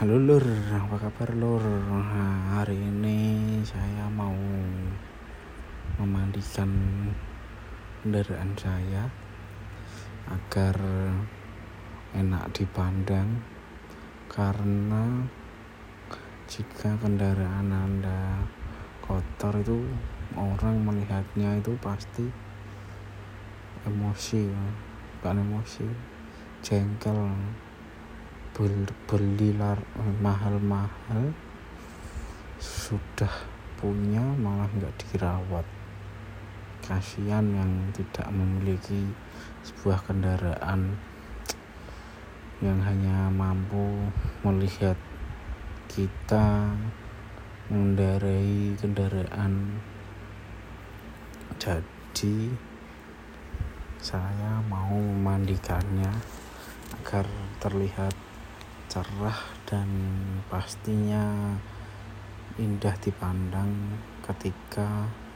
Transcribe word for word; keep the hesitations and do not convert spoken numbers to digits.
Halo Lur, apa kabar Lur? Nah, hari ini saya mau memandikan kendaraan saya agar enak dipandang, karena jika kendaraan Anda kotor itu orang melihatnya itu pasti emosi, bukan emosi, jengkel. Beli mahal-mahal sudah punya malah nggak dirawat. Kasihan yang tidak memiliki sebuah kendaraan, yang hanya mampu melihat kita mengendarai kendaraan. Jadi saya mau memandikannya agar terlihat cerah dan pastinya indah dipandang ketika